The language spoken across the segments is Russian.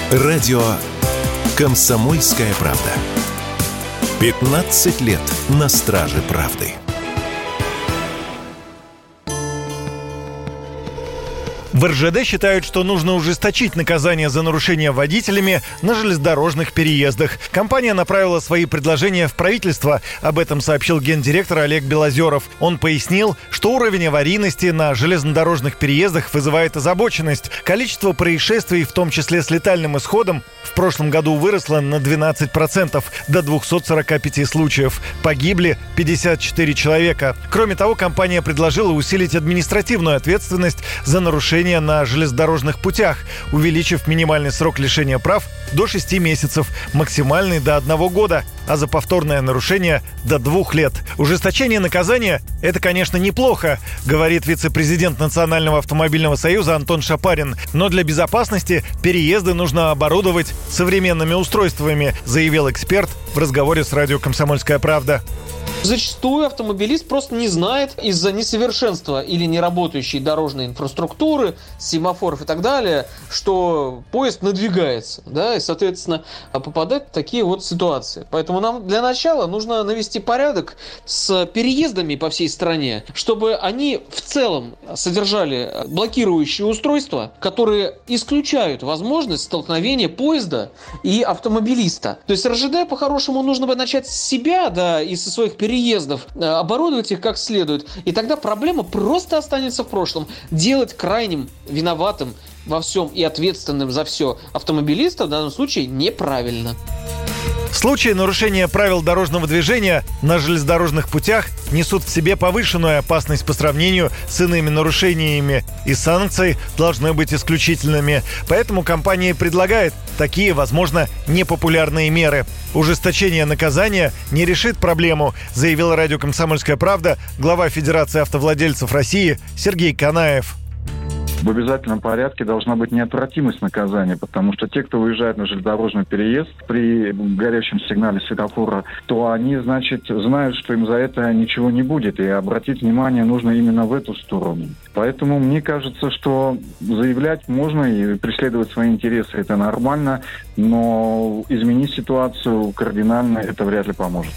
Радио «Комсомольская правда». 15 лет на страже правды. В РЖД считают, что нужно ужесточить наказание за нарушения водителями на железнодорожных переездах. Компания направила свои предложения в правительство. Об этом сообщил гендиректор Олег Белозеров. Он пояснил, что уровень аварийности на железнодорожных переездах вызывает озабоченность. Количество происшествий, в том числе с летальным исходом, в прошлом году выросло на 12%, до 245 случаев. Погибли 54 человека. Кроме того, компания предложила усилить административную ответственность за нарушения на железнодорожных путях, увеличив минимальный срок лишения прав до 6 месяцев, максимальный до 1 года, а за повторное нарушение до 2 лет. Ужесточение наказания – это, конечно, неплохо, говорит вице-президент Национального автомобильного союза Антон Шапарин. Но для безопасности переезды нужно оборудовать современными устройствами, заявил эксперт в разговоре с радио «Комсомольская правда». Зачастую автомобилист просто не знает из-за несовершенства или неработающей дорожной инфраструктуры, семафоров и так далее, что поезд надвигается, да, и, соответственно, попадает в такие вот ситуации. Поэтому нам для начала нужно навести порядок с переездами по всей стране, чтобы они в целом содержали блокирующие устройства, которые исключают возможность столкновения поезда и автомобилиста. То есть РЖД по-хорошему нужно бы начать с себя, да, и со своих переездов, оборудовать их как следует, и тогда проблема просто останется в прошлом. Делать крайним виноватым во всем и ответственным за все автомобилиста в данном случае неправильно. Случаи нарушения правил дорожного движения на железнодорожных путях несут в себе повышенную опасность по сравнению с иными нарушениями, и санкции должны быть исключительными. Поэтому компания предлагает такие, возможно, непопулярные меры. Ужесточение наказания не решит проблему, заявил радио «Комсомольская правда» глава Федерации автовладельцев России Сергей Канаев. В обязательном порядке должна быть неотвратимость наказания, потому что те, кто выезжает на железнодорожный переезд при горящем сигнале светофора, то они, значит, знают, что им за это ничего не будет, и обратить внимание нужно именно в эту сторону. Поэтому мне кажется, что заявлять можно и преследовать свои интересы – это нормально, но изменить ситуацию кардинально это вряд ли поможет.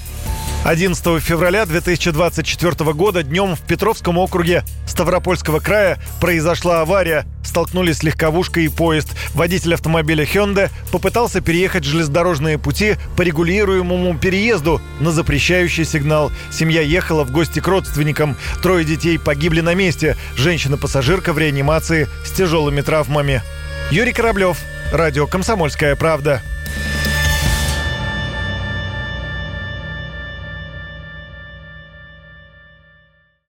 11 февраля 2024 года днем в Петровском округе Ставропольского края произошла авария. Столкнулись легковушка и поезд. Водитель автомобиля Hyundai попытался переехать железнодорожные пути по регулируемому переезду на запрещающий сигнал. Семья ехала в гости к родственникам. 3 детей погибли на месте. Женщина-пассажирка в реанимации с тяжелыми травмами. Юрий Кораблев, радио «Комсомольская правда».